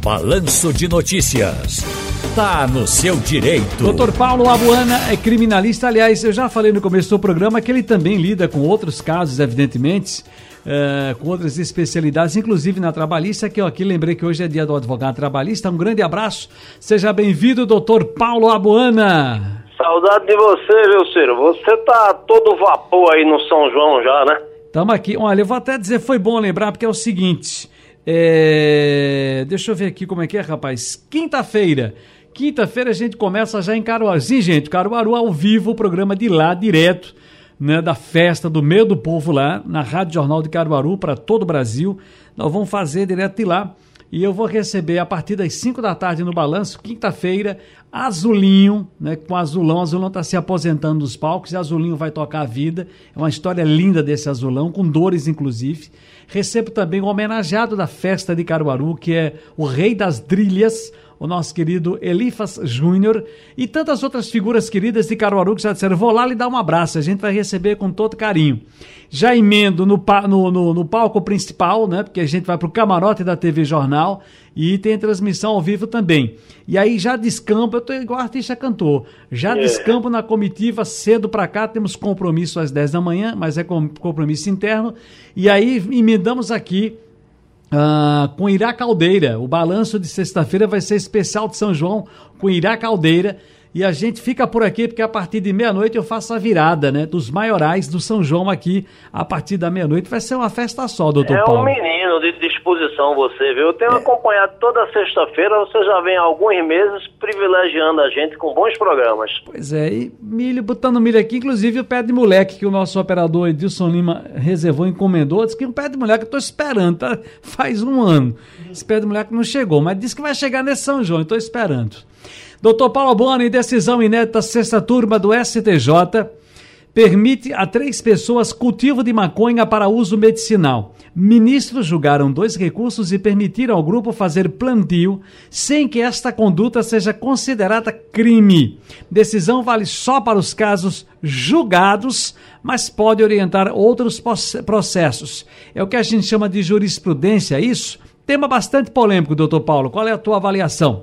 Balanço de Notícias. Tá no seu direito. Dr. Paulo Abuana é criminalista. Aliás, eu já falei no começo do programa que ele também lida com outros casos, evidentemente, com outras especialidades, inclusive na trabalhista, que eu aqui lembrei que hoje é dia do advogado trabalhista. Um grande abraço. Seja bem-vindo, Dr. Paulo Abuana. Saudade de você, viu, Ciro? Você tá todo vapor aí no São João já, né? Estamos aqui. Olha, eu vou até dizer, foi bom lembrar, porque é o seguinte... Deixa eu ver aqui como é que é, rapaz. Quinta-feira a gente começa já em Caruaru. Sim, gente, Caruaru ao vivo, o programa de lá, direto, né, da festa do Meio do Povo lá, na Rádio Jornal de Caruaru, para todo o Brasil. Nós vamos fazer direto de lá. E eu vou receber a partir das 5 da tarde no Balanço, quinta-feira, Azulinho, né, com Azulão. Azulão está se aposentando dos palcos e Azulinho vai tocar a vida. É uma história linda desse Azulão, com dores inclusive. Recebo também o homenageado da festa de Caruaru, que é o rei das drilhas, o nosso querido Elifas Júnior, e tantas outras figuras queridas de Caruaru que já disseram, vou lá lhe dar um abraço, a gente vai receber com todo carinho. Já emendo no palco principal, né, porque a gente vai pro camarote da TV Jornal e tem transmissão ao vivo também. E aí já descampo, eu tô igual artista cantor, já descampo na comitiva cedo pra cá, temos compromisso às 10 da manhã, mas é compromisso interno, e aí emendamos aqui com Irá Caldeira. O balanço de sexta-feira vai ser especial de São João com Irá Caldeira. E a gente fica por aqui porque a partir de meia-noite eu faço a virada, né, dos maiorais do São João aqui. A partir da meia-noite vai ser uma festa só, doutor Paulo. É um menino de disposição você, viu? Eu tenho acompanhado toda sexta-feira, você já vem há alguns meses privilegiando a gente com bons programas. Pois é, e milho, botando milho aqui, inclusive o pé de moleque que o nosso operador Edilson Lima reservou, encomendou, disse que um pé de moleque eu tô esperando, tá? Faz um ano. Esse pé de moleque não chegou, mas disse que vai chegar nesse São João, eu tô esperando. Doutor Paulo Abuana, em decisão inédita, sexta turma do STJ, permite a 3 pessoas cultivo de maconha para uso medicinal. Ministros julgaram 2 recursos e permitiram ao grupo fazer plantio sem que esta conduta seja considerada crime. Decisão vale só para os casos julgados, mas pode orientar outros processos. É o que a gente chama de jurisprudência, isso? Tema bastante polêmico, doutor Paulo. Qual é a tua avaliação?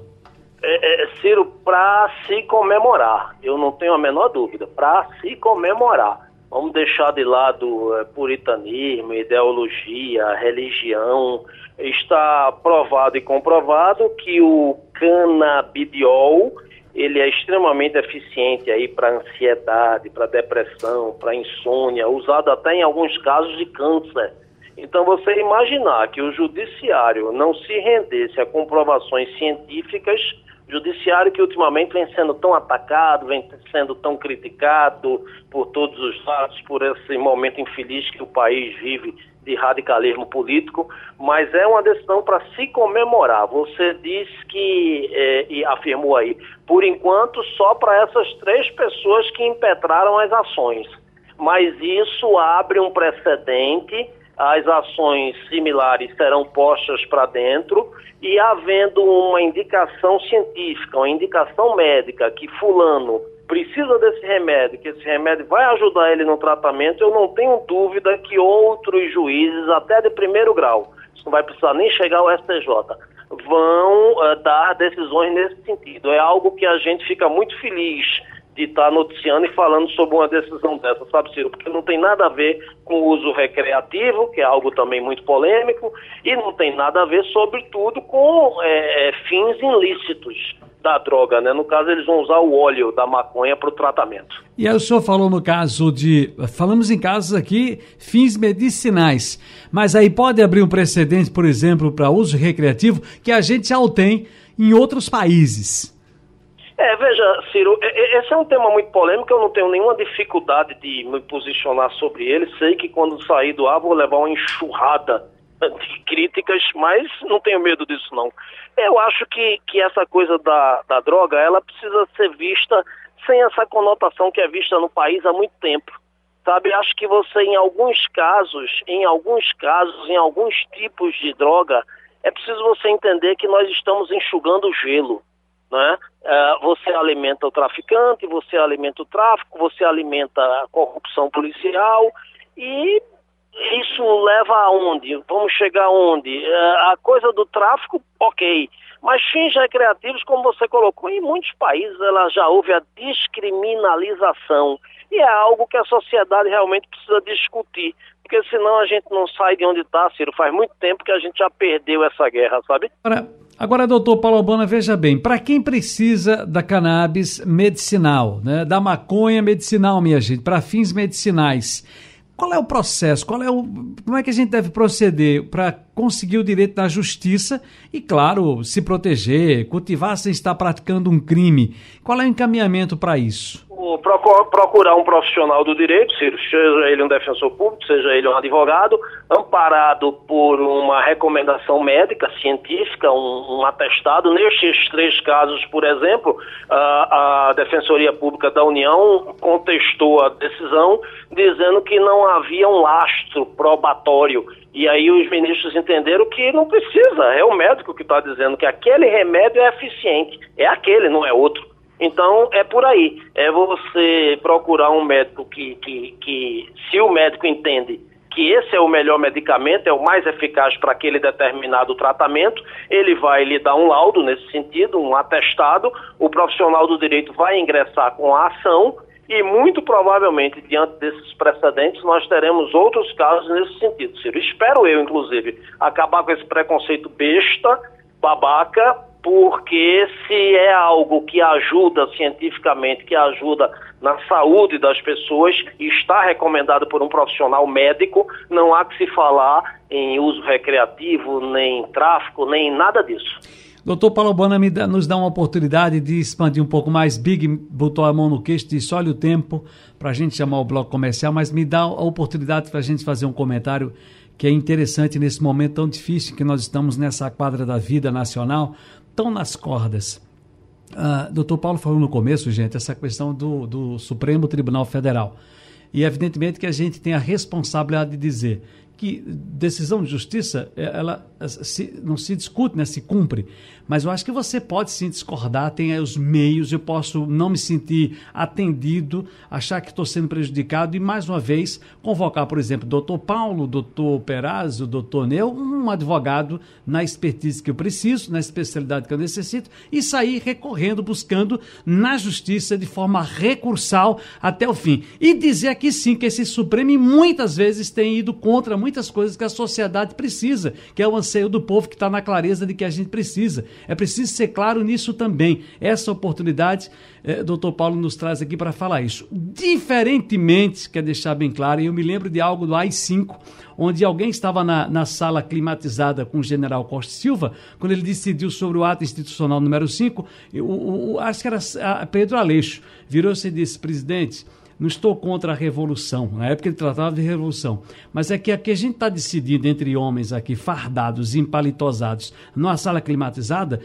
Ciro, para se comemorar, eu não tenho a menor dúvida, para se comemorar. Vamos deixar de lado puritanismo, ideologia, religião. Está provado e comprovado que o canabidiol, ele é extremamente eficiente aí para ansiedade, para depressão, para insônia, usado até em alguns casos de câncer. Então, você imaginar que o judiciário não se rendesse a comprovações científicas, judiciário que ultimamente vem sendo tão atacado, vem sendo tão criticado por todos os lados, por esse momento infeliz que o país vive de radicalismo político, mas é uma decisão para se comemorar. Você disse que, e afirmou aí, por enquanto só para essas 3 pessoas que impetraram as ações, mas isso abre um precedente. As ações similares serão postas para dentro e havendo uma indicação científica, uma indicação médica que fulano precisa desse remédio, que esse remédio vai ajudar ele no tratamento, eu não tenho dúvida que outros juízes, até de primeiro grau, isso não vai precisar nem chegar ao STJ, vão dar decisões nesse sentido. É algo que a gente fica muito feliz de estar noticiando e falando sobre uma decisão dessa, sabe, Ciro? Porque não tem nada a ver com o uso recreativo, que é algo também muito polêmico, e não tem nada a ver, sobretudo, com fins ilícitos da droga, né? No caso, eles vão usar o óleo da maconha para o tratamento. E aí o senhor falou no caso falamos em casos aqui, fins medicinais, mas aí pode abrir um precedente, por exemplo, para uso recreativo, que a gente já o tem em outros países. Veja, Ciro, esse é um tema muito polêmico, eu não tenho nenhuma dificuldade de me posicionar sobre ele, sei que quando sair do ar vou levar uma enxurrada de críticas, mas não tenho medo disso não. Eu acho que essa coisa da droga, ela precisa ser vista sem essa conotação que é vista no país há muito tempo, sabe? Acho que você, em alguns casos, em alguns tipos de droga, é preciso você entender que nós estamos enxugando gelo, né? Você alimenta o traficante, você alimenta o tráfico, você alimenta a corrupção policial e isso leva aonde? Vamos chegar aonde? A coisa do tráfico, ok. Mas fins recreativos, como você colocou, em muitos países ela já houve a descriminalização. E é algo que a sociedade realmente precisa discutir. Porque senão a gente não sai de onde está, Ciro. Faz muito tempo que a gente já perdeu essa guerra, sabe? Agora, doutor Paulo Albano, veja bem, para quem precisa da cannabis medicinal, né, da maconha medicinal, minha gente, para fins medicinais, qual é o processo? Como é que a gente deve proceder para conseguir o direito da justiça e, claro, se proteger, cultivar sem estar praticando um crime? Qual é o encaminhamento para isso? Procurar um profissional do direito, seja ele um defensor público, seja ele um advogado, amparado por uma recomendação médica, científica, um atestado. Nestes 3 casos, por exemplo, a Defensoria Pública da União contestou a decisão, dizendo que não havia um lastro probatório. E aí os ministros entenderam que não precisa, é o médico que está dizendo que aquele remédio é eficiente, é aquele, não é outro. Então, é por aí. É você procurar um médico que se o médico entende que esse é o melhor medicamento, é o mais eficaz para aquele determinado tratamento, ele vai lhe dar um laudo nesse sentido, um atestado, o profissional do direito vai ingressar com a ação e, muito provavelmente, diante desses precedentes, nós teremos outros casos nesse sentido, Ciro. Espero eu, inclusive, acabar com esse preconceito besta, babaca, porque se é algo que ajuda cientificamente, que ajuda na saúde das pessoas, e está recomendado por um profissional médico, não há que se falar em uso recreativo, nem tráfico, nem nada disso. Doutor Paulo Albano nos dá uma oportunidade de expandir um pouco mais. Big botou a mão no queixo e disse, olha o tempo para a gente chamar o bloco comercial, mas me dá a oportunidade para a gente fazer um comentário que é interessante nesse momento tão difícil que nós estamos nessa quadra da vida nacional, tão nas cordas. Doutor Paulo falou no começo, gente, essa questão do Supremo Tribunal Federal. E evidentemente que a gente tem a responsabilidade de dizer que decisão de justiça, ela não se discute, né, se cumpre. Mas eu acho que você pode sim discordar, tem aí os meios, eu posso não me sentir atendido, achar que estou sendo prejudicado e, mais uma vez, convocar, por exemplo, doutor Paulo, doutor Perazzo, doutor Neu, um advogado na expertise que eu preciso, na especialidade que eu necessito, e sair recorrendo, buscando na justiça de forma recursal até o fim. E dizer aqui sim que esse Supremo muitas vezes tem ido contra muitas coisas que a sociedade precisa, que é o anseio do povo que está na clareza de que a gente precisa. É preciso ser claro nisso também. Essa oportunidade, doutor Paulo nos traz aqui para falar isso. Diferentemente, quer deixar bem claro, e eu me lembro de algo do AI-5, onde alguém estava na sala climatizada com o general Costa Silva, quando ele decidiu sobre o ato institucional número 5, acho que era Pedro Aleixo, virou-se e disse, presidente, não estou contra a revolução, na época ele tratava de revolução, mas é que aqui a gente está decidindo entre homens aqui, fardados, empalitosados, numa sala climatizada,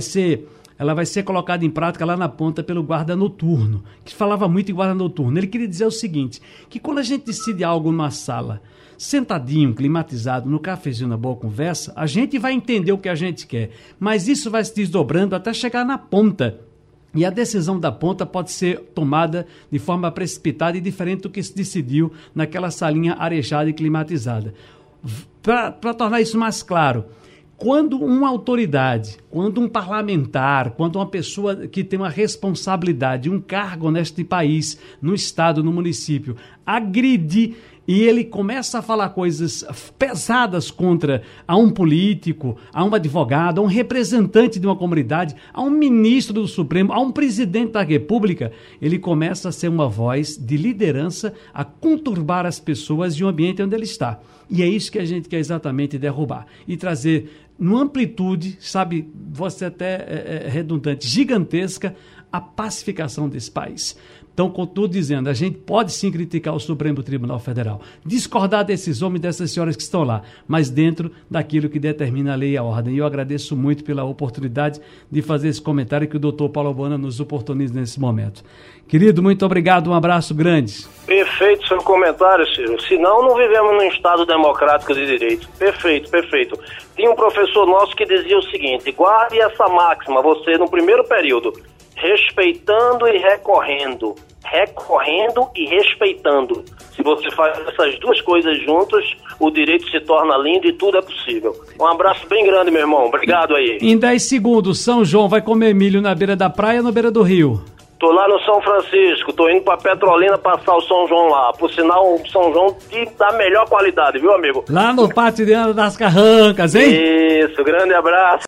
ela vai ser colocada em prática lá na ponta pelo guarda noturno, que falava muito em guarda noturno. Ele queria dizer o seguinte, que quando a gente decide algo numa sala, sentadinho, climatizado, no cafezinho, na boa conversa, a gente vai entender o que a gente quer, mas isso vai se desdobrando até chegar na ponta. E a decisão da ponta pode ser tomada de forma precipitada e diferente do que se decidiu naquela salinha arejada e climatizada. Para tornar isso mais claro, quando uma autoridade, quando um parlamentar, quando uma pessoa que tem uma responsabilidade, um cargo neste país, no estado, no município, agride e ele começa a falar coisas pesadas contra a um político, a um advogado, a um representante de uma comunidade, a um ministro do Supremo, a um presidente da República, ele começa a ser uma voz de liderança a conturbar as pessoas e o ambiente onde ele está. E é isso que a gente quer exatamente derrubar e trazer numa amplitude, sabe, você até é redundante, gigantesca, a pacificação desse país. Então, contudo, dizendo, a gente pode sim criticar o Supremo Tribunal Federal, discordar desses homens e dessas senhoras que estão lá, mas dentro daquilo que determina a lei e a ordem. E eu agradeço muito pela oportunidade de fazer esse comentário que o doutor Paulo Albano nos oportuniza nesse momento. Querido, muito obrigado, um abraço grande. Perfeito seu comentário, Ciro. Senão não vivemos num Estado democrático de direito. Perfeito, perfeito. Tinha um professor nosso que dizia o seguinte, guarde essa máxima, você no primeiro período, respeitando e recorrendo, recorrendo e respeitando. Se você faz essas duas coisas juntas, o direito se torna lindo e tudo é possível. Um abraço bem grande, meu irmão. Obrigado aí. Em 10 segundos, São João vai comer milho na beira da praia ou na beira do rio? Tô lá no São Francisco, tô indo pra Petrolina passar o São João lá. Por sinal, um São João da melhor qualidade, viu, amigo? Lá no Pátio de Ana das Carrancas, hein? Isso, grande abraço.